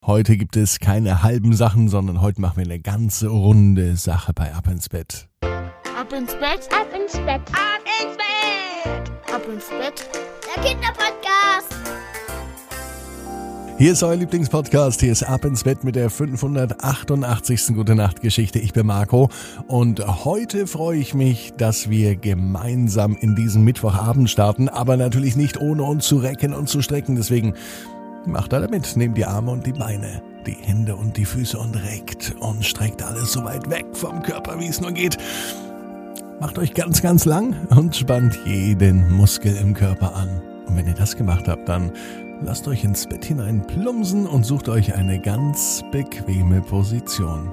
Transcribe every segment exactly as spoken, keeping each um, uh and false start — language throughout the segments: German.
Heute gibt es keine halben Sachen, sondern heute machen wir eine ganze runde Sache bei Ab ins Bett. Ab ins Bett, ab ins Bett, ab ins Bett, ab ins Bett, der Kinderpodcast. Hier ist euer Lieblingspodcast, hier ist Ab ins Bett mit der fünfhundertachtundachtzigsten Gute-Nacht-Geschichte. Ich bin Marco und heute freue ich mich, dass wir gemeinsam in diesen Mittwochabend starten, aber natürlich nicht ohne uns zu recken und zu strecken. Deswegen macht alle mit, nehmt die Arme und die Beine, die Hände und die Füße und reckt und streckt alles so weit weg vom Körper, wie es nur geht. Macht euch ganz, ganz lang und spannt jeden Muskel im Körper an. Und wenn ihr das gemacht habt, dann lasst euch ins Bett hinein plumpsen und sucht euch eine ganz bequeme Position.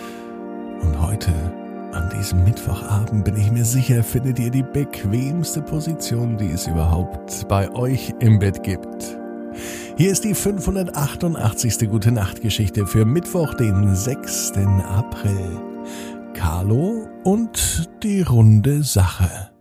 Und heute, an diesem Mittwochabend, bin ich mir sicher, findet ihr die bequemste Position, die es überhaupt bei euch im Bett gibt. Hier ist die fünfhundertachtundachtzigste Gute-Nacht-Geschichte für Mittwoch, den sechsten April. Carlo und die runde Sache.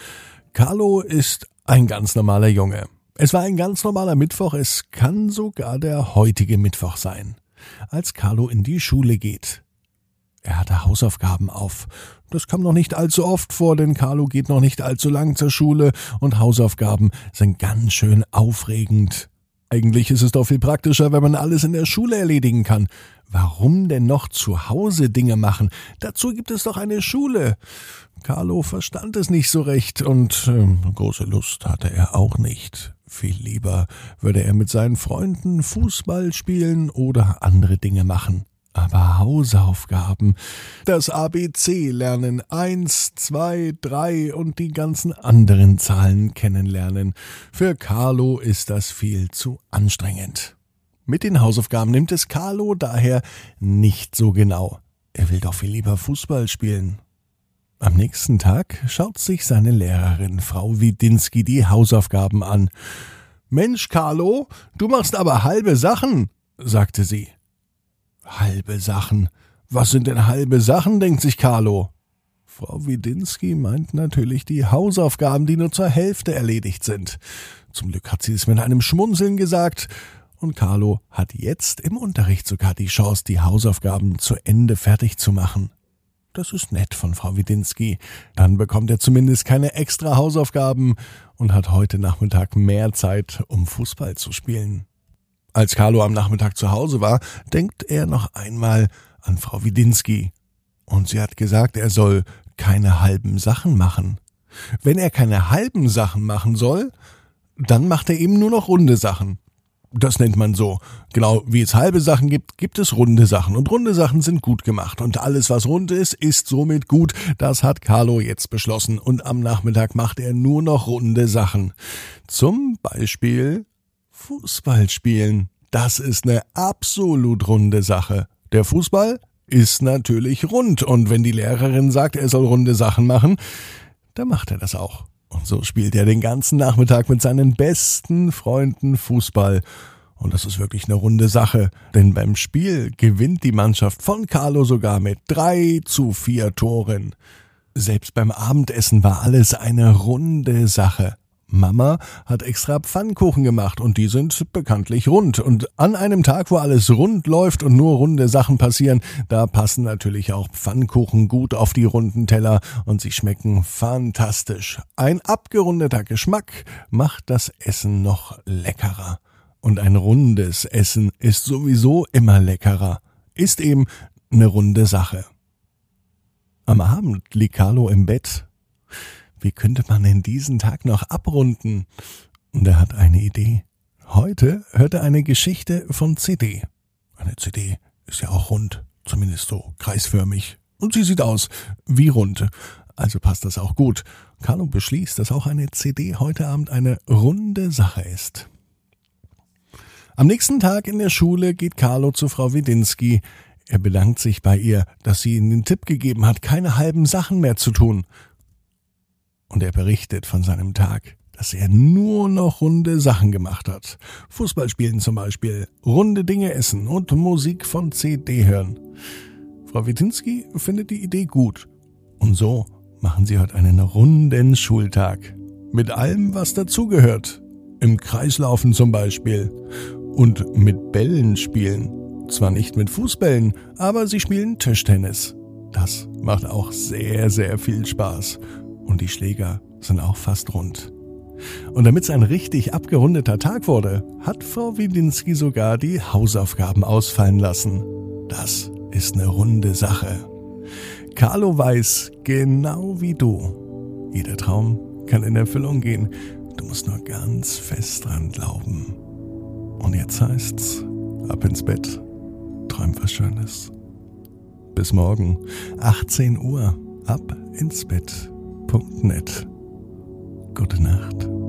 Carlo ist ein ganz normaler Junge. Es war ein ganz normaler Mittwoch, es kann sogar der heutige Mittwoch sein, als Carlo in die Schule geht. Er hatte Hausaufgaben auf. Das kam noch nicht allzu oft vor, denn Carlo geht noch nicht allzu lang zur Schule und Hausaufgaben sind ganz schön aufregend. Eigentlich ist es doch viel praktischer, wenn man alles in der Schule erledigen kann. Warum denn noch zu Hause Dinge machen? Dazu gibt es doch eine Schule. Carlo verstand es nicht so recht und äh, große Lust hatte er auch nicht. Viel lieber würde er mit seinen Freunden Fußball spielen oder andere Dinge machen. Aber Hausaufgaben, das A B C lernen, eins, zwei, drei und die ganzen anderen Zahlen kennenlernen. Für Carlo ist das viel zu anstrengend. Mit den Hausaufgaben nimmt es Carlo daher nicht so genau. Er will doch viel lieber Fußball spielen. Am nächsten Tag schaut sich seine Lehrerin, Frau Widinski, die Hausaufgaben an. »Mensch, Carlo, du machst aber halbe Sachen«, sagte sie. »Halbe Sachen? Was sind denn halbe Sachen?«, denkt sich Carlo. Frau Widinski meint natürlich die Hausaufgaben, die nur zur Hälfte erledigt sind. Zum Glück hat sie es mit einem Schmunzeln gesagt. Und Carlo hat jetzt im Unterricht sogar die Chance, die Hausaufgaben zu Ende fertig zu machen. Das ist nett von Frau Widinski. Dann bekommt er zumindest keine extra Hausaufgaben und hat heute Nachmittag mehr Zeit, um Fußball zu spielen. Als Carlo am Nachmittag zu Hause war, denkt er noch einmal an Frau Widinski. Und sie hat gesagt, er soll keine halben Sachen machen. Wenn er keine halben Sachen machen soll, dann macht er eben nur noch runde Sachen. Das nennt man so. Genau wie es halbe Sachen gibt, gibt es runde Sachen. Und runde Sachen sind gut gemacht. Und alles, was rund ist, ist somit gut. Das hat Carlo jetzt beschlossen. Und am Nachmittag macht er nur noch runde Sachen. Zum Beispiel Fußball spielen. Das ist eine absolut runde Sache. Der Fußball ist natürlich rund. Und wenn die Lehrerin sagt, er soll runde Sachen machen, dann macht er das auch. Und so spielt er den ganzen Nachmittag mit seinen besten Freunden Fußball. Und das ist wirklich eine runde Sache, denn beim Spiel gewinnt die Mannschaft von Carlo sogar mit drei zu vier Toren. Selbst beim Abendessen war alles eine runde Sache. Mama hat extra Pfannkuchen gemacht und die sind bekanntlich rund. Und an einem Tag, wo alles rund läuft und nur runde Sachen passieren, da passen natürlich auch Pfannkuchen gut auf die runden Teller und sie schmecken fantastisch. Ein abgerundeter Geschmack macht das Essen noch leckerer. Und ein rundes Essen ist sowieso immer leckerer. Ist eben eine runde Sache. Am Abend liegt Carlo im Bett. Wie könnte man denn diesen Tag noch abrunden? Und er hat eine Idee. Heute hört er eine Geschichte von C D. Eine C D ist ja auch rund, zumindest so kreisförmig. Und sie sieht aus wie rund. Also passt das auch gut. Carlo beschließt, dass auch eine C D heute Abend eine runde Sache ist. Am nächsten Tag in der Schule geht Carlo zu Frau Widinski. Er bedankt sich bei ihr, dass sie ihm den Tipp gegeben hat, keine halben Sachen mehr zu tun. Und er berichtet von seinem Tag, dass er nur noch runde Sachen gemacht hat. Fußball spielen zum Beispiel, runde Dinge essen und Musik von C D hören. Frau Widinski findet die Idee gut. Und so machen sie heute einen runden Schultag. Mit allem, was dazugehört. Im Kreislaufen zum Beispiel. Und mit Bällen spielen. Zwar nicht mit Fußbällen, aber sie spielen Tischtennis. Das macht auch sehr, sehr viel Spaß. Und die Schläger sind auch fast rund. Und damit es ein richtig abgerundeter Tag wurde, hat Frau Widinski sogar die Hausaufgaben ausfallen lassen. Das ist eine runde Sache. Carlo weiß, genau wie du, jeder Traum kann in Erfüllung gehen. Du musst nur ganz fest dran glauben. Und jetzt heißt's, ab ins Bett, träum was Schönes. Bis morgen, achtzehn Uhr, ab ins Bett punkt net. Gute Nacht.